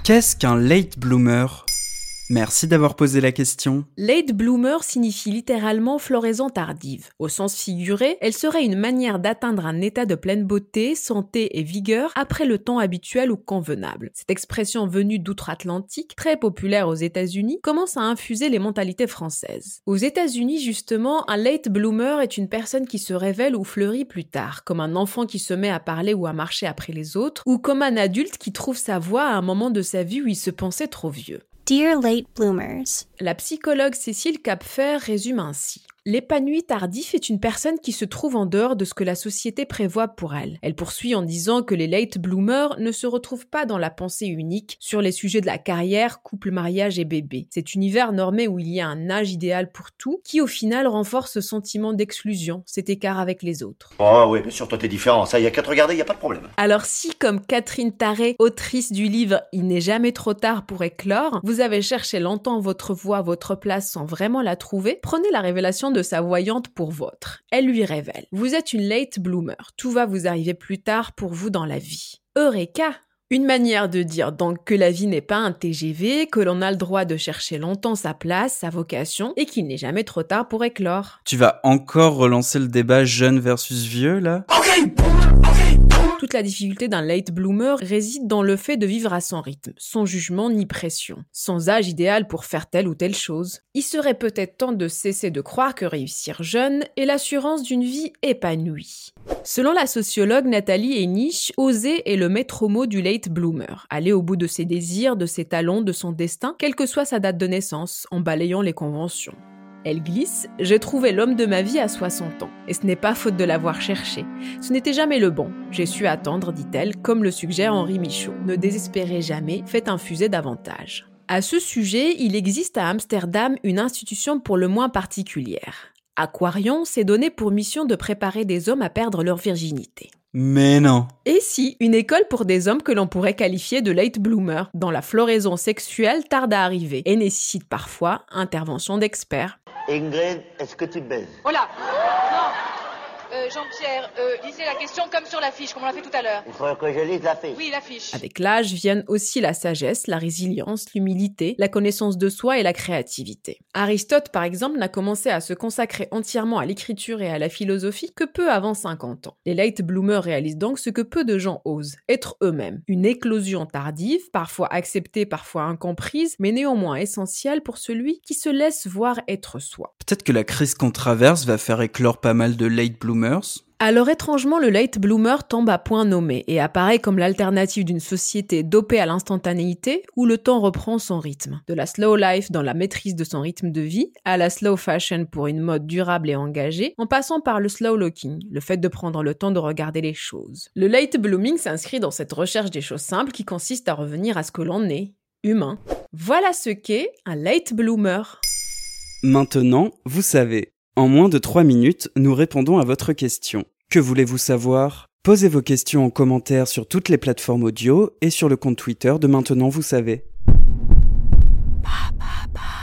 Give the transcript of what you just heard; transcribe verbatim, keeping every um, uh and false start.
Qu'est-ce qu'un late bloomer ? Merci d'avoir posé la question. Late bloomer signifie littéralement floraison tardive. Au sens figuré, elle serait une manière d'atteindre un état de pleine beauté, santé et vigueur après le temps habituel ou convenable. Cette expression venue d'outre-Atlantique, très populaire aux États-Unis, commence à infuser les mentalités françaises. Aux États-Unis, justement, un late bloomer est une personne qui se révèle ou fleurit plus tard, comme un enfant qui se met à parler ou à marcher après les autres, ou comme un adulte qui trouve sa voie à un moment de sa vie où il se pensait trop vieux. Dear late bloomers. La psychologue Cécile Kapfer résume ainsi. L'épanoui tardif est une personne qui se trouve en dehors de ce que la société prévoit pour elle. Elle poursuit en disant que les late bloomers ne se retrouvent pas dans la pensée unique sur les sujets de la carrière, couple, mariage et bébé. Cet univers normé où il y a un âge idéal pour tout, qui au final renforce ce sentiment d'exclusion, cet écart avec les autres. Oh oui, bien sûr, toi t'es différent, ça y a qu'à te regarder, y a pas de problème. Alors si, comme Catherine Tarré, autrice du livre « Il n'est jamais trop tard pour éclore », vous avez cherché longtemps votre voie, votre place sans vraiment la trouver, prenez la révélation de sa voyante pour vôtre. Elle lui révèle. Vous êtes une late bloomer. Tout va vous arriver plus tard pour vous dans la vie. Eureka! Une manière de dire donc que la vie n'est pas un T G V, que l'on a le droit de chercher longtemps sa place, sa vocation, et qu'il n'est jamais trop tard pour éclore. Tu vas encore relancer le débat jeune versus vieux, là ? Toute la difficulté d'un late bloomer réside dans le fait de vivre à son rythme, sans jugement ni pression, sans âge idéal pour faire telle ou telle chose. Il serait peut-être temps de cesser de croire que réussir jeune est l'assurance d'une vie épanouie. Selon la sociologue Nathalie Henich, oser est le maître mot du late bloomer. Aller au bout de ses désirs, de ses talents, de son destin, quelle que soit sa date de naissance, en balayant les conventions. Elle glisse « J'ai trouvé l'homme de ma vie à soixante ans, et ce n'est pas faute de l'avoir cherché. Ce n'était jamais le bon. J'ai su attendre, dit-elle, comme le suggère Henri Michaud. Ne désespérez jamais, faites infuser davantage. » À ce sujet, il existe à Amsterdam une institution pour le moins particulière. Aquarion s'est donné pour mission de préparer des hommes à perdre leur virginité. Mais non. Et si, une école pour des hommes que l'on pourrait qualifier de late bloomers, dont la floraison sexuelle tarde à arriver et nécessite parfois intervention d'experts. Ingrid, est-ce que tu baises ? Oh là Non euh, Jean-Pierre, euh, lisez la question comme sur l'affiche, comme on l'a fait tout à l'heure. Il faudrait que je lise l'affiche. Oui, l'affiche. Avec l'âge viennent aussi la sagesse, la résilience, l'humilité, la connaissance de soi et la créativité. Aristote, par exemple, n'a commencé à se consacrer entièrement à l'écriture et à la philosophie que peu avant cinquante ans. Les late bloomers réalisent donc ce que peu de gens osent, être eux-mêmes. Une éclosion tardive, parfois acceptée, parfois incomprise, mais néanmoins essentielle pour celui qui se laisse voir être soi. Peut-être que la crise qu'on traverse va faire éclore pas mal de late bloomers. Alors étrangement, le late bloomer tombe à point nommé et apparaît comme l'alternative d'une société dopée à l'instantanéité où le temps reprend son rythme. De la slow life dans la maîtrise de son rythme de vie, à la slow fashion pour une mode durable et engagée, en passant par le slow looking, le fait de prendre le temps de regarder les choses. Le late blooming s'inscrit dans cette recherche des choses simples qui consiste à revenir à ce que l'on est, humain. Voilà ce qu'est un late bloomer. Maintenant, vous savez. En moins de trois minutes, nous répondons à votre question. Que voulez-vous savoir ? Posez vos questions en commentaire sur toutes les plateformes audio et sur le compte Twitter de Maintenant Vous savez. Ba, ba, ba.